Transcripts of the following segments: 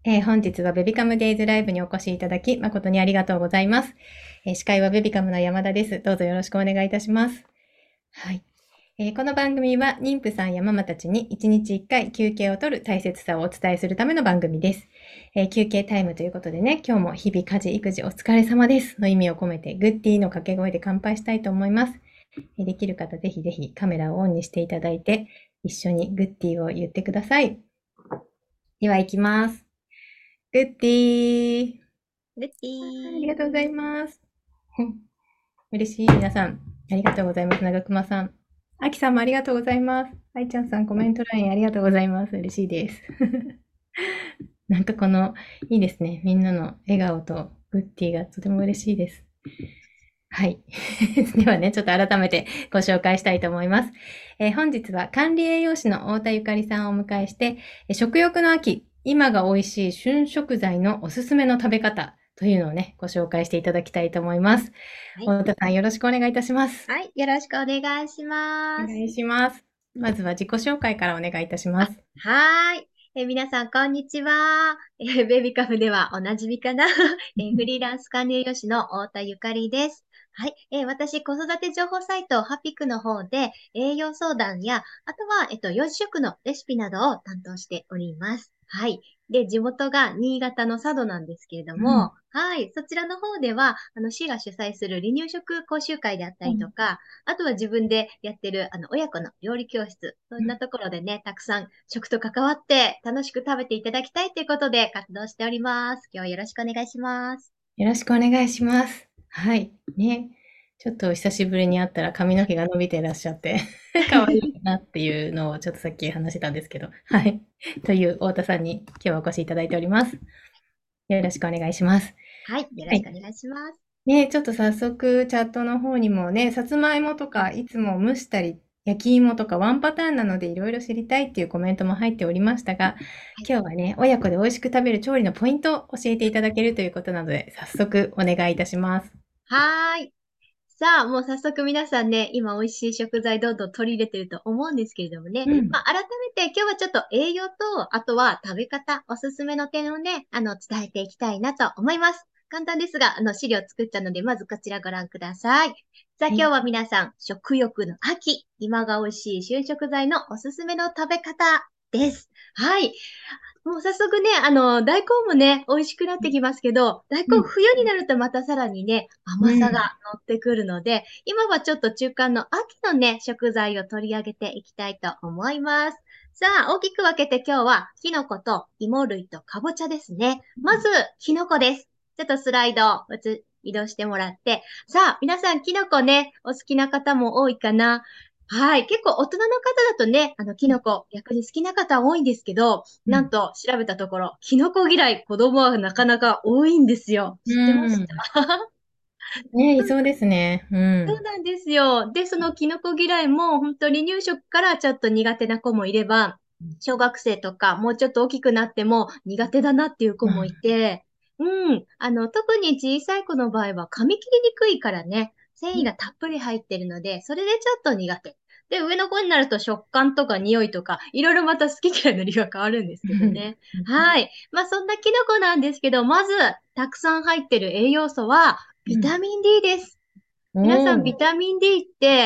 本日はベビカムデイズライブにお越しいただき、誠にありがとうございます。司会はベビカムの山田です。どうぞよろしくお願いいたします。はい。この番組は妊婦さんやママたちに1日1回休憩を取る大切さをお伝えするための番組です。休憩タイムということでね、今日も日々家事育児お疲れ様ですの意味を込めてグッディの掛け声で乾杯したいと思います。できる方ぜひぜひカメラをオンにしていただいて、一緒にグッディを言ってください。では行きます。グッディー。 ルッテありがとうございィます。嬉しい。皆さん、ありがとうございます。長熊さん。あきさんもありがとうございます。愛ちゃんさん、コメント欄ありがとうございます。嬉しいです。なんかいいですね。みんなの笑顔とグッディがとても嬉しいです。はい。ではね、ちょっと改めてご紹介したいと思います。本日は管理栄養士の太田ゆかりさんをお迎えして、食欲の秋、今が美味しい旬食材のおすすめの食べ方というのをね、ご紹介していただきたいと思います。 はい。 太田さん、よろしくお願いいたします。 はい。よろしくお願いします。 お願いします。まずは自己紹介からお願いいたしまあ、 す。 はーい。皆さん、こんにちは。ベビカフではおなじみかな。フリーランス管理栄養士の太田ゆかりです。はい。私、子育て情報サイト、ハピクの方で栄養相談や、あとは、幼児食のレシピなどを担当しております。はい。で、地元が新潟の佐渡なんですけれどうん。 も、はい。そちらの方では、市が主催する離乳食講習会であったりとか、あとは自分でやってる、親子の料理教室。そんなところでね、たくさん食と関わって楽しく食べていただきたいということで活動しております。今日はよろしくお願いします。 よろしくお願いします。はい。ね。ちょっと久しぶりに会ったら髪の毛が伸びていらっしゃって可愛いなっていうのをちょっとさっき話してたんですけど。はい。という太田さんに今日はお越しいただいております。よろしくお願いします。 はい、よろはい。 しくお願いします。 ね、ちょっと早速チャットの方にもね、さつまいもとかいつも蒸したり、焼き芋とかワンパターンなのでいろいろ知りたいっていうコメントも入っておりましたが、 はい。 今日はね、親子で美味しく食べる調理のポイントを教えていただけるということなので、早速お願いいたします。 はーい。さあ、もう早速皆さんね、今美味しい食材どんどん取り入れてると思うんですけれどもね。 うん。 まあ、改めて今日はちょっと栄養と、あとは食べ方、おすすめの点をね、伝えていきたいなと思います。簡単ですが、資料作ったので、まずこちらご覧ください。さあ、 はい。 今日は皆さん、食欲の秋、今が美味しい旬食材のおすすめの食べ方です。はい。もう早速ね、大根もね、美味しくなってきますけど、大根うん。 冬になるとまたさらにね、甘さがうん。 乗ってくるので、今はちょっと中間の秋のね、食材を取り上げていきたいと思います。さあ、大きく分けて今日は、キノコと芋類とかぼちゃですね。まず、キノコです。ちょっとスライド、移動してもらって、さあ、皆さん、キノコね、お好きな方も多いかな。はい。結構大人の方だとね、キノコ逆に好きな方多いんですけど、 うん。 なんと調べたところ、キノコ嫌い子供はなかなか多いんですよ。 う知ってましん。 た？ ね、いそうですね。うん。 そうなんですよ。で、そのキノコ嫌いも本当に離乳食からちょっと苦手な子もいれば、小学生とかもうちょっと大きくなっても苦手だなっていう子もいて、うん。特に小さい子の場合は噛み切りにくいからね、繊維がたっぷり入ってるので、それでちょっと苦手。で、上の子になると食感とか匂いとか、いろいろまた好き嫌いの理由は変わるんですけどね。はい。まあそんなキノコなんですけど、まず、たくさん入ってる栄養素は、ビタミン D です。 お皆さん、ビお。 タミン D って、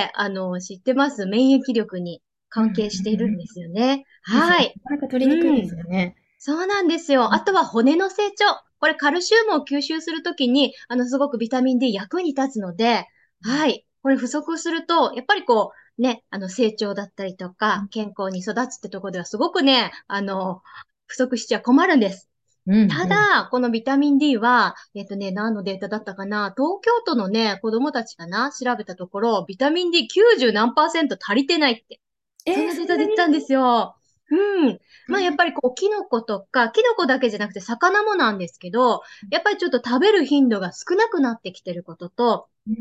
知ってます？免疫力にうんうん関係しているうん。 んですよね。 ですよね。 はい。 なかなか取りにくいでうん。 すよね。 そうなんですよ。あとは骨の成長。これカルシウムを吸収するときに、すごくビタミン D 役に立つので、はい。これ不足すると、やっぱりこう、ね、成長だったりとか、健康に育つってところではすごくね、不足しちゃ困るんです。 うんうん。 ただ、このビタミン D は、何のデータだったかな、東京都のね、子供たちかな調べたところ、ビタミン D90 何パーセント足りてないって。そんなデータそんなに。 出たんですよ。うん。まあ、やっうん。 ぱりこう、キノコとか、キノコだけじゃなくて魚もなんですけど、やっぱりちょっと食べる頻度が少なくなってきてることと、 うん。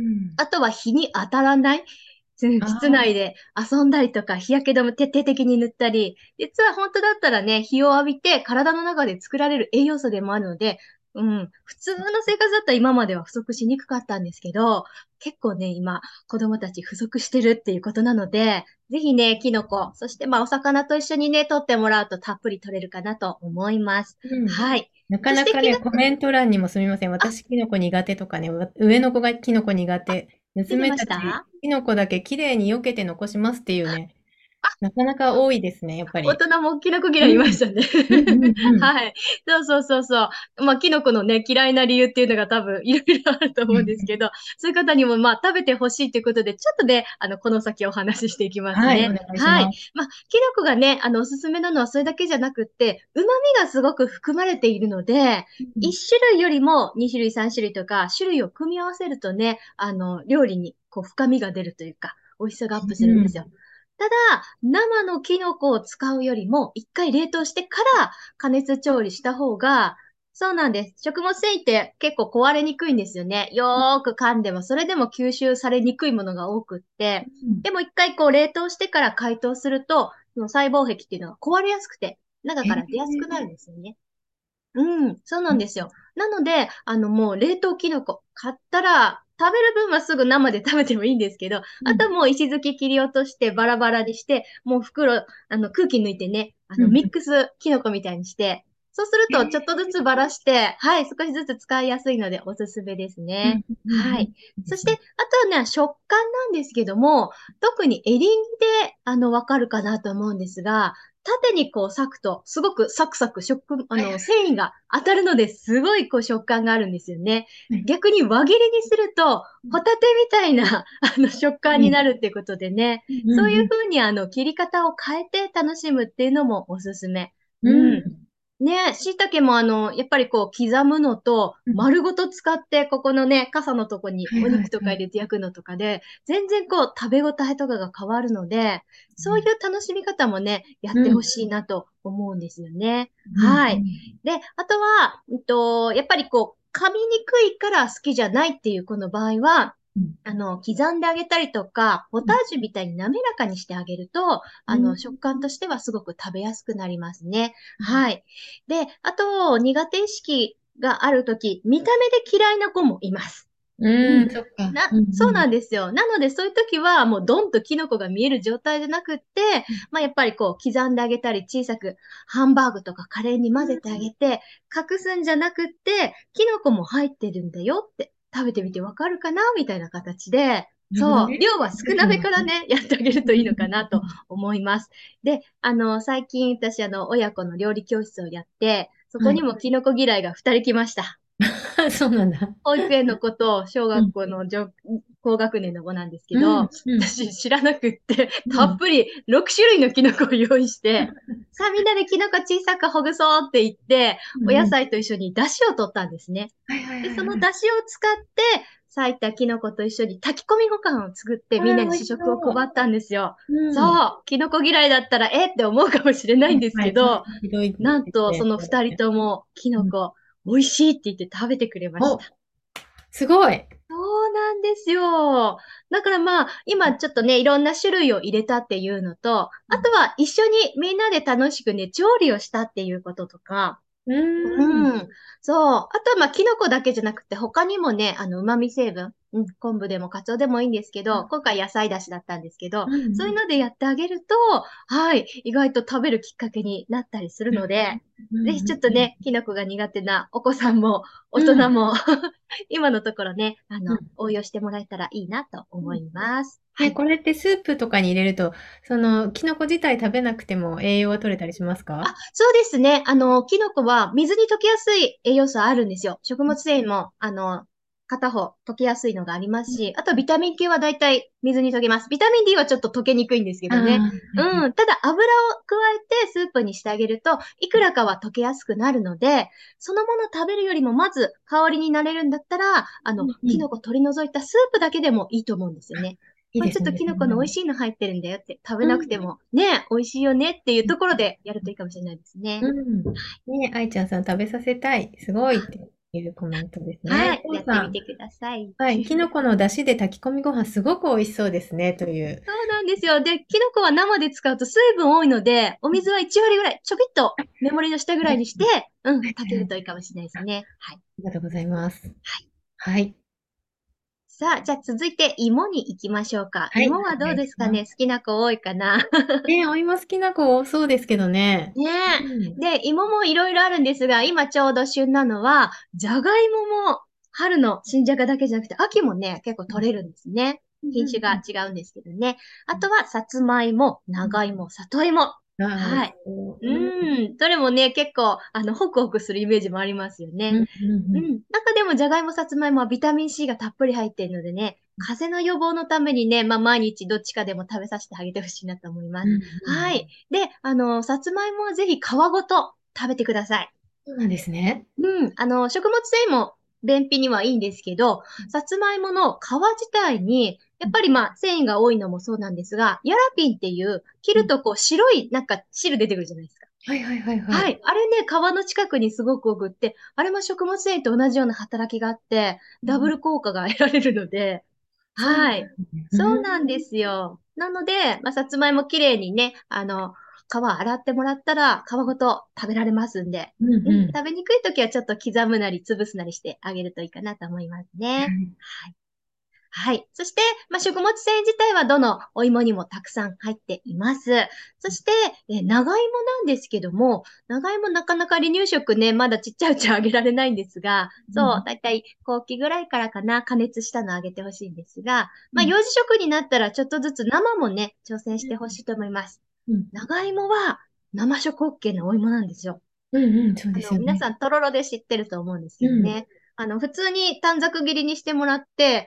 あとは日に当たらない。うん室内ああ。 で遊んだりとか、日焼け止め徹底的に塗ったり、実は本当だったらね、日を浴びて体の中で作られる栄養素でもあるので、 普通の生活だったら今までは不足しにくかったんですけど、結構ね、今、子供たち不足してるっていうことなので、ぜひね、キノコ、そしてまあお魚と一緒にね、取ってもらうとたっぷり取れるかなと思います。 うん。 はい。 なかそしてなかね、コメント欄にもすみません。私、キノコ苦手とかね、上の子がキノコ苦手。 出て娘たち、 ました。 キノコだけ綺麗に避けて残しますっていうね、なかなか多いですね、やっぱり。 大人もキノコ嫌いいまうん。 したね。 うんうんうん。 はい。そうそうそうそう。まあ、キノコのね、嫌いな理由っていうのが多分いろいろあると思うんですけど、そういう方にもまあ食べてほしいということで、ちょっとね、この先お話ししていきますはい、おね。 願いしはい。 ます。 まあ、キノコがね、おすすめなのはそれだけじゃなくって、旨味がすごく含まれているので、 うん 1種類よりも2種類、3種類とか、種類を組み合わせるとね、料理にこう深みが出るというか、美味しさがアップするんですよ。ただ、生のキノコを使うよりも、一回冷凍してから加熱調理した方が、そうなんです。食物繊維って結構壊れにくいんですよね。よーく噛んでも、それでも吸収されにくいものが多くって。でも一回こう冷凍してから解凍すると、その細胞壁っていうのは壊れやすくて、中から出やすくなるんですよね。そうなんですよ。なので、もう冷凍キノコ買ったら、食べる分はすぐ生で食べてもいいんですけど、あとはもう石突き切り落としてバラバラにして、もう袋、空気抜いてね、ミックスキノコみたいにして、そうするとちょっとずつばらして、はい、少しずつ使いやすいのでおすすめですね。はい。そして、あとはね、食感なんですけども、特にエリンギで、わかるかなと思うんですが、縦にこう裂くと、すごくサクサク繊維が当たるので、すごいこう食感があるんですよね。逆に輪切りにすると、ホタテみたいな、食感になるっていうことでね、そういう風に切り方を変えて楽しむっていうのもおすすめ。うん。ね、椎茸もやっぱりこう刻むのと、丸ごと使ってここのね、傘のとこにお肉とか入れて焼くのとかで、全然こう食べ応えとかが変わるので、そういう楽しみ方もね、やってほしいなと思うんですよね。はい。で、あとは、やっぱりこう、噛みにくいから好きじゃないっていう子の場合は、刻んであげたりとか、ポタージュみたいに滑らかにしてあげると、食感としてはすごく食べやすくなりますね。はい。で、あと、苦手意識があるとき、見た目で嫌いな子もいます。うん。 そっか。 そうなんですよ。なので、そういう時は、もうドンとキノコが見える状態じゃなくって、まあ、やっぱりこう、刻んであげたり、小さくハンバーグとかカレーに混ぜてあげて、隠すんじゃなくって、キノコも入ってるんだよって、食べてみてわかるかなみたいな形で、 なるほどそう、 ね。 量は少なめからね、やってあげるといいのかなと思います。で、最近私、親子の料理教室をやって、そこはい。 にもキノコ嫌いが2人来ました。 そうなんだ。 保育園の子と小うん。 学校の高学年の子なんですけうど、 ん。うん。 私知らなくって、 うん。 たっぷり6種類のキノコを用意して、さあみんなでキノコ小さくほぐそうって言って、お野うんうん。 菜と一緒に出汁を取ったんですね。 はいはいで、そはいはい。 の出汁を使って、咲いたキノコと一緒に炊き込みご飯を作ってああ、 みんなに試美味しそう。 食を配ったんですよ。 うん。 そう、キノコ嫌いだったらって思うかもしれないんですはい。確かけど、 にひどいっなんて言って、 とそのそうだね。 二人ともキうん。 ノコ美味しいって言って食べてくれましお、 た。 すごい。 そうなんですよ。だからまあ、今ちょっとね、いろんな種類を入れたっていうのと、あとは一緒にみんなで楽しくね、調理をしたっていうこととか、 うーん。 うん。そう。あとは、まあ、キノコだけじゃなくて、他にもね、旨味成分、昆布でもカツオでもいいんですけど、今回野菜だしだったんですけど、 うんうん。 そういうのでやってあげると、はい、意外と食べるきっかけになったりするので、ぜひうんうんうん。 ちょっとね、キノコが苦手なお子さんも、大うん。 人も今のところね、 うん。 応用してもらえたらいいなと思います。はえ、 い。 これってスープとかに入れると、その、キノコ自体食べなくても栄養は取れたりしますか？ そうですね。キノコは水に溶けやすい栄養素あるんですよ。食物繊維も、片方溶けやすいのがありますし、あとビタミン系はだいたい水に溶けます。ビタミン D はちょっと溶けにくいんですけああ、 どね。 はいはい。 ただ油を加えてスープにしてあげると、いくらかは溶けやすくなるので、そのもの食べるよりもまず香りになれるんだったら、 うんうん。 キノコ取り除いたスープだけでもいいと思うんですよね。これちょっといいですね。 キノコの美味しいの入ってるんだよって、食べうん。 なくてもね、美味しいよねっていうところでやるといいかもしれないですね。 うん。ね、愛ちゃんさん食べさせたい。すごいって。 いうコメントですね。 はい。 コウさん、 やってみてください。 はい、キノコの出汁で炊き込みご飯すごく美味しそうですね、という。 そうなんですよ。で、キノコは生で使うと水分多いので、お水は1割ぐらい、ちょびっとメモリの下ぐらいにして、炊けるといいかもしれないですね。はい。 ありがとうございます。 はい。 はい。 さあ、じゃあ続いて芋に行きましょうか。 はい、 芋はどうお願いですかね？ します。 好きな子多いかな？ ね、お芋好きな子多そうですけどね。 ねうん。 え。で、芋もいろいろあるんですが、今ちょうど旬なのは、じゃがいもも春の新じゃがだけじゃなくて、秋もね、結構取れるんですね。 うん品種がうん違うんですけどね。あとは、さつまいも、 うん。 長芋、里芋。 ああ、美味はい。 しそう。うん。 どれもね、結構、ホクホクするイメージもありますよね。 うんうんうん。 中でもじゃがいも、さつまいもはビタミン C がたっぷり入っているのでね、風邪の予防のためにね、まあ、毎日どっちかでも食べさせてあげてほしいなと思います。 うんうん。 はい。で、さつまいもはぜひ皮ごと食べてください。 そうなんですね。 食物繊維も便秘にはいいんですけど、さつまいもの皮自体に、やうん。 っぱりまあ、繊維が多いのもそうなんですが、ヤラピンっていう、切うん。 るとこう白いなんか汁出てくるじゃないですか。 はいはいはいはい。 はい。あれね、皮の近くにすごく多くって、あれも食物繊維と同じような働きがあって、 うん。 ダブル効果が得られるので、 そうなんではい。 すね。うそうなんですよ。なので、まあ、さつまいもきれいにね、皮洗ってもらったら、皮ごと食べられますんで、 んうん。 食べにくいときはちょっと刻むなり潰すなりしてあげるといいかなと思いますね。 はい。 はい。はい。そして、まあ、食物繊維自体はどのお芋にもたくさん入っています。そして、長芋なんですけども、長芋なかなか離乳食ね、まだちっちゃいうちはあげられないんですが、そう、 うんだいたい後期ぐらいからかな、加熱したのあげてほしいんですが、まあ、 うん。 幼児食になったらちょっとずつ生もね、挑戦してほしいと思います。 うん。 長芋は生食 OK のお芋なんですよ。 うんうん、そうですよね。 皆さん、とろろで知ってると思うんですうん。 けどね。普通に短冊切りにしてもらって、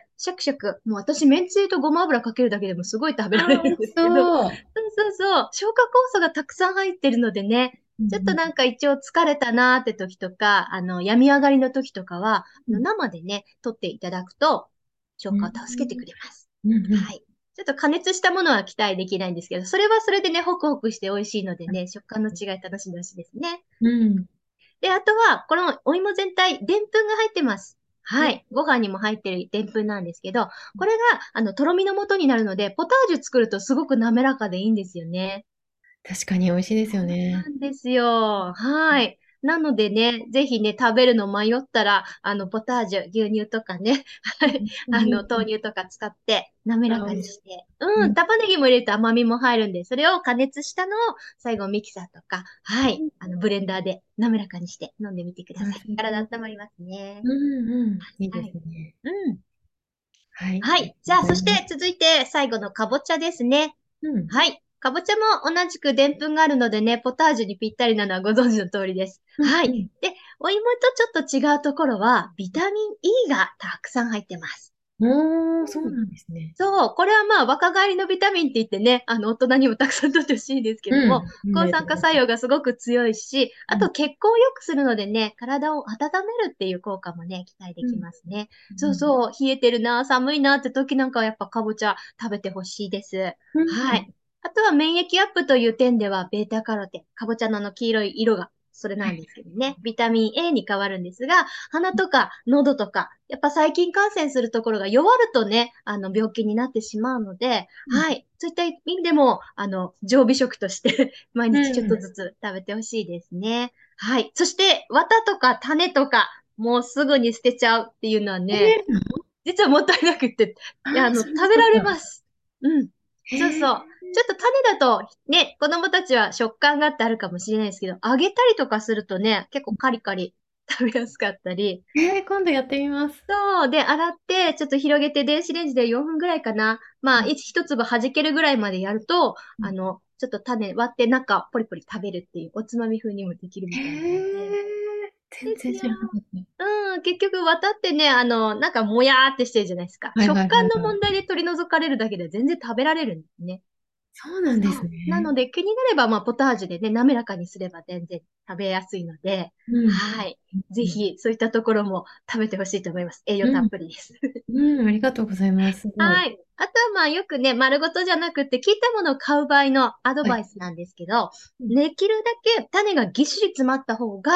シャクシャク。もう私、めんつゆとごま油かけるだけでもすごい食べられああ、美るん味しですけど。 そう。 そうそうそう。消化酵素がたくさん入ってるのでね。ちょっとうんなんか一応疲れたなーって時とか、病み上がりの時とかは、 うん生でね、取っていただくと、消うん。 化を助けてくれます。 うんうん。 はい。ちょっと加熱したものは期待できないんですけど、それはそれでね、ホクホクして美味しいのでね、食感の違い楽しんでほしいですね。 うん。 で、あとは、このお芋全体、でんぷんが入ってます。 うん。 はい。ご飯にも入ってるでんぷんなんですけど、これが、とろみの元になるので、ポタージュ作るとすごく滑らかでいいんですよね。 確かに美味しいですよね。 なんですよ。はい。なのでね、ぜひね、食べるの迷ったら、ポタージュ、牛乳とかね、はい。 うんうんうん。 豆乳とか使って滑らあ、美味しい。 かにして。 うん。 玉ねぎも入れると甘みも入るんで、それを加熱したのを最後ミキサーとか、はい。ブレンダーで滑らかにして飲んでみてくだあ、 さい。体最高。 温まりますね。 うんうん。いいではい。 すね。 うん。 はい。 はい。 ありがとじゃあ、そしうございます。 て続いて最後のかぼちゃですね。 うん。 はい。かぼちゃも同じくでんぷんがあるのでね、ポタージュにぴったりなのはご存知の通りです。はい。 うんうん。 で、お芋とちょっと違うところは、ビタミン E がたくさん入ってます。 おー、そううんなんですね。 そう、これはまあ若返りのビタミンって言ってね、大人にもたくさん取ってほしいですけども、 うん。うん、あ抗りがとうございます。 酸化作用がすごく強いし、あうん。 と血行を良くするのでね、体を温めるっていう効果もね、期待できうん。 ますね。そううんそう、冷えてるな、寒いなって時なんかはやっぱかぼちゃ食べてほしいです。 うん。うん。 はい。あとは免疫アップという点では、ベータカロテン、かぼちゃのあの黄色い色が、それなんですけどね。ビタミン A に変わるんですが、鼻とか喉とか、やっぱ細菌感染するところが弱るとね、病気になってしまうので、はい。そういった意味でも、常備食として毎う日ちょっとん。 ずつ食べてほしいですね。はい。そして、綿とか種とか、もうすぐに捨てちゃうっていうのはね、 えー、 実はもったいなくって、いや、 ああ、知らな食べられかった。 ます。うん。 へえ。 そうそう。ちょっと種だと、ね、子供たちは食感があってあるかもしれないですけど、揚げたりとかするとね、結構カリカリ食べやすかったり、 今度やってみます。 そう。で、洗って、ちょっと広げて、電子レンジで4分ぐらいかな。まあ、一粒弾けるぐらいまでやると、 うん。 ちょっと種割って中、ポリポリ食べるっていう、おつまみ風にもできるみへたいなので。 え。全ですよ。 然知らなかった。 結局、綿ってね、なんかもやーってしてるじゃないですか。 はいはいは食感のいはい。 問題で取り除かれるだけで全然食べられるんですね。 そうなんでそう。なすね。 ので、気になれば、まあ、ポタージュでね、滑らかにすれば全然食べやすいので、 うん。 はい。ぜひ、そういったところも食べてほしいと思います。栄養たっうん。 ぷりです。 うん。ありがとうございます。すごい。 はい。あとはまあよくね、丸ごとじゃなくて、切ったものを買う場合のアドはい。 バイスなんですけど、 うん。 できるだけ種がぎっしり詰まった方が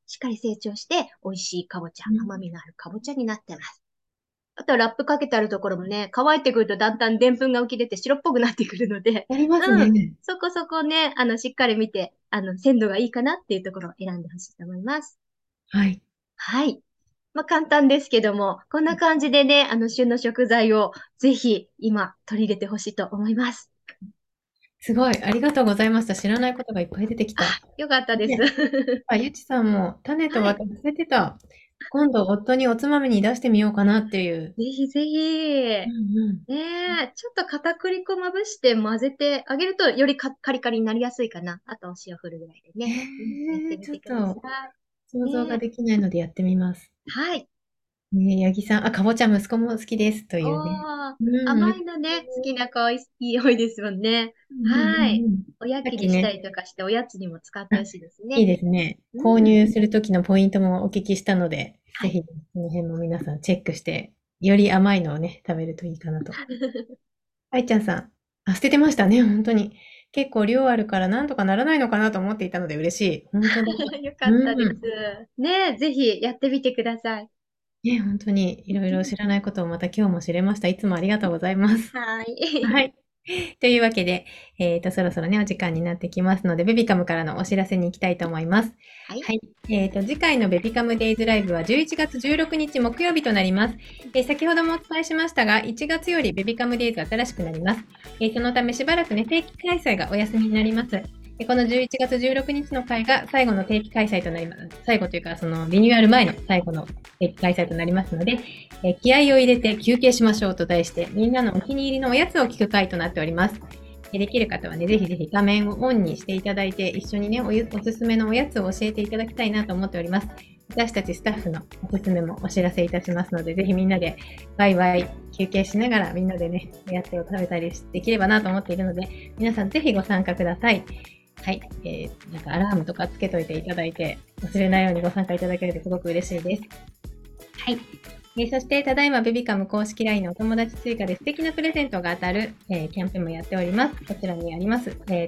しっかり成長して、美味しいかぼちゃ、 うん甘みのあるかぼちゃになってます。あとはラップかけてあるところもね、乾いてくるとだんだんでんぷんが浮き出て白っぽくなってくるので、 ありますうん。 ね。 そこそこね、しっかり見て、鮮度がいいかなっていうところを選んでほしいと思います。 はい。 はい。まあ、簡単ですけども、こんな感じでね、旬の食材をぜひ今取り入れてほしいと思います。 すごい、ありがとうございました。知らないことがいっぱい出てきた。 よかったです。 ね、ゆちさんも種とはい。 綿忘れてた。今度夫におつまみに出してみようかなっていう。 ぜひぜひ。 うねんうん。 え、ちょっと片栗粉まぶして混ぜてあげるとよりカリカリになりやすいかな。あとお塩振るぐらいでね。うん、やってみちょってくださとい。 想像がねえ。 できないのでやってみます。 はい。 ね、八木さん、あ、かぼちゃ息子も好きですというね。 おー、 うん、 甘いのね、好きな子多いですもんね。 うんうんはい。 うんうん。 おやさっきにしたきね、 りとかしておやつにも使ってあ、 ほしいですいいね。 ですね。購うん。 入するときのポイントもお聞きしたので、 はい。 ぜひ、その辺も皆さんチェックして、より甘いのをね、食べるといいかなと。愛ちゃんさん、あ、捨ててましたね、本当に。結構量あるからなんとかならないのかなと思っていたので嬉しい。本当だ。 よかったでうん。 す。ねえ、ぜひやってみてください。 ね、本当にいろいろ知らないことをまた今日も知れました。いつもありがとうございます。 ははい。 い。というわけで、そろそろね、お時間になってきますので、ベビカムからのお知らせに行きたいと思います。 はい。 はい。次回のベビカムデイズライブは11月16日木曜日となります。先ほどもお伝えしましたが、1月よりベビカムデイズ新しくなります。そのためしばらくね、定期開催がお休みになります。この11月16日の回が最後の定期開催となります。最後というか、そのリニューアル前の最後の定期開催となりますので、気合を入れて休憩しましょうと題して、みんなのお気に入りのおやつを聞く回となっております。できる方はね、ぜひぜひ画面をオンにしていただいて、一緒にね、おすすめのおやつを教えていただきたいなと思っております。私たちスタッフのおすすめもお知らせいたしますので、ぜひみんなでワイワイ休憩しながらみんなでね、おやつを食べたりできればなと思っているので、皆さんぜひご参加ください。はい。なんかアラームとかつけといていただいて、忘れないようにご参加いただけるとすごく嬉しいです。はい。そして、ただいまベビカム公式 LINE のお友達追加で素敵なプレゼントが当たる、キャンペーンもやっております。こちらにあります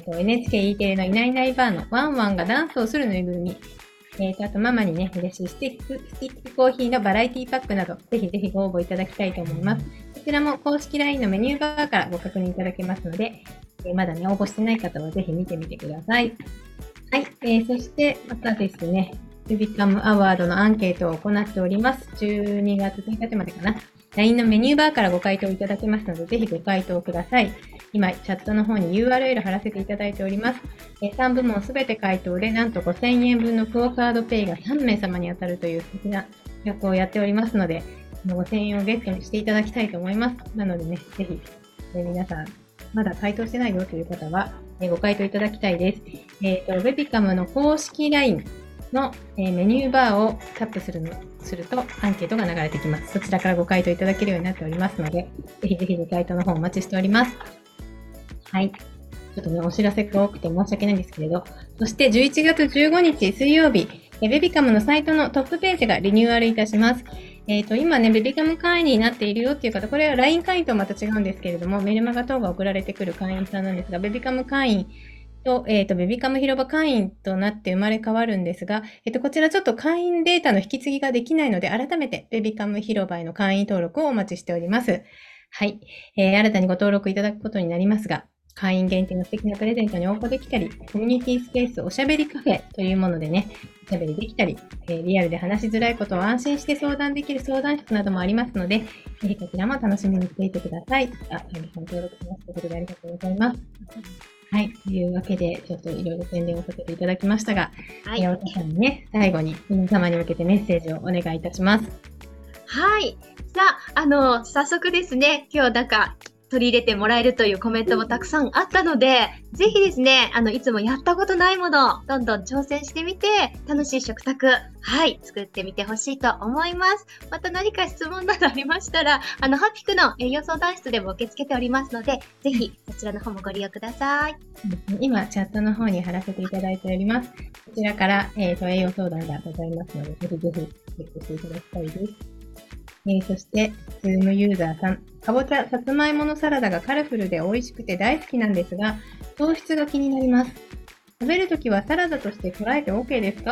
。NHKE テレのいないいないばーのワンワンがダンスをするぬいぐるみ。あとママにね、嬉しいスティックコーヒーのバラエティパックなど、ぜひぜひご応募いただきたいと思います。こちらも公式 LINE のメニューバーからご確認いただけますので、まだね、応募してない方はぜひ見てみてください。はい。そして、またですね、ベビカムアワードのアンケートを行っております。12月1日までかな。LINE のメニューバーからご回答いただけますので、ぜひご回答ください。今、チャットの方に URL 貼らせていただいております。3部門すべて回答で、なんと5000円分のクオカードペイが3名様に当たるという素敵な企画をやっておりますので、5000円をゲットしていただきたいと思います。なのでね、ぜひ、皆さん、まだ回答してないよという方は、ご回答いただきたいです。ベビカムの公式 LINE の、メニューバーをタップするとアンケートが流れてきます。そちらからご回答いただけるようになっておりますので、ぜひぜひご回答の方お待ちしております。はい。ちょっとね、お知らせが多くて申し訳ないんですけれど、そして11月15日水曜日、ベビカムのサイトのトップページがリニューアルいたします。今ね、ベビカム会員になっているよっていう方、これは LINE 会員とまた違うんですけれども、メルマガ等が送られてくる会員さんなんですが、ベビカム会員と、ベビカム広場会員となって生まれ変わるんですが、こちらちょっと会員データの引き継ぎができないので、改めてベビカム広場への会員登録をお待ちしております。はい。新たにご登録いただくことになりますが、会員限定の素敵なプレゼントに応募できたり、コミュニティスペースおしゃべりカフェというものでね、おしゃべりできたり、リアルで話しづらいことを安心して相談できる相談室などもありますので、ぜひこちらも楽しみにしていてください。登録しますということでありがとうございます。はい。というわけで、ちょっといろいろ宣伝をさせていただきましたが、 はい。 太田さんにね、最後に皆様に向けてメッセージをお願いいたします。 はい。さあ、早速ですね、今日なんか、取り入れてもらえるというコメントもたくさんあったので、ぜひですね、いつもやったことないもの、どんどん挑戦してみて、楽しい食卓、はい、作ってみてほしいと思います。また何か質問などありましたら、ハピクの栄養相談室でも受け付けておりますので、ぜひそちらの方もご利用ください。 今、チャットの方に貼らせていただいております。こちらから、栄養相談がございますので、ぜひぜひチェックしていただきたいです。そして、ズームユーザーさん。かぼちゃ、さつまいものサラダがカラフルで美味しくて大好きなんですが、糖質が気になります。食べるときはサラダとして捉えて OK ですか？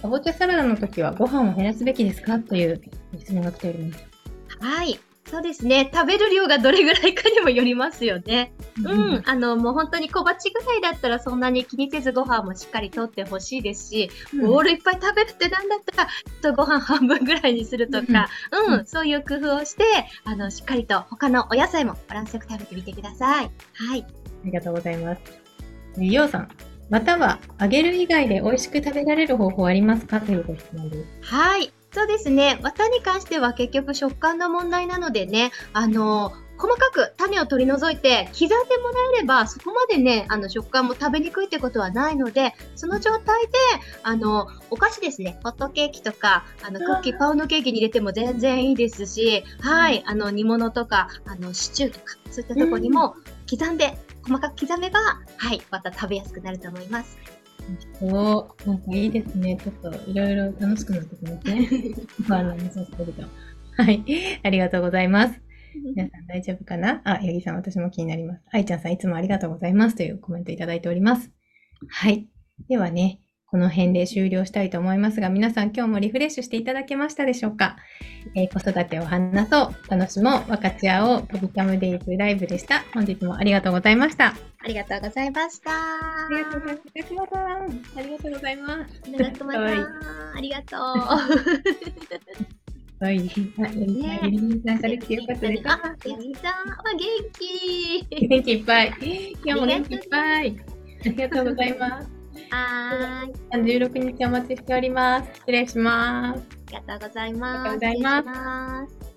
かぼちゃサラダの時はご飯を減らすべきですかという質問が来ております。 はい。そうですね。食べる量がどれぐらいかにもよりますよね。もう本当に小鉢ぐらいだったらそんなに気にせずご飯もしっかりとってほしいですし、ボールいっぱい食べるってなんだったら、ちょっとご飯半分ぐらいにするとか、そういう工夫をして、しっかりと他のお野菜もバランスよく食べてみてください。はい。 ありがとうございます。ようさん、または揚げる以外で美味しく食べられる方法はありますかというご質問です。 はい。そうですね。綿に関しては結局食感の問題なのでね、細かく種を取り除いて刻んでもらえれば、そこまでね、食感も食べにくいってことはないので、その状態で、お菓子ですね、ホットケーキとか、クッキー、パウンドケーキに入れても全然いいですし、はい、煮物とか、シチューとか、そういったところにも刻んで、細かく刻めば、はい、また食べやすくなると思います。 なんかいいですね。ちょっといろいろ楽しくなってきますね。ご飯の味噌汁と。はい。ありがとうございます。皆さん大丈夫かなあ、八木さん、私も気になります。愛ちゃんさん、いつもありがとうございますというコメントいただいております。はい。ではね、この辺で終了したいと思いますが、皆さん今日もリフレッシュしていただけましたでしょうか。子育てを話そう、楽しもう、分かち合おう、ベビカムデイズライブでした。本日もありがとうございました。 ありがとうございました。 ありがとうございます。熊さん、ありがとうございます。 熊さん、ありがとう。 はい。ゆりさんから来てよかったですか？ ゆりさんは元気。 元気いっぱい。今日も元気いっぱい。ありがとうございます。 はーい。16日お待ちしております。失礼します。 ありがとうございます。 ありがとうございます。 失礼します。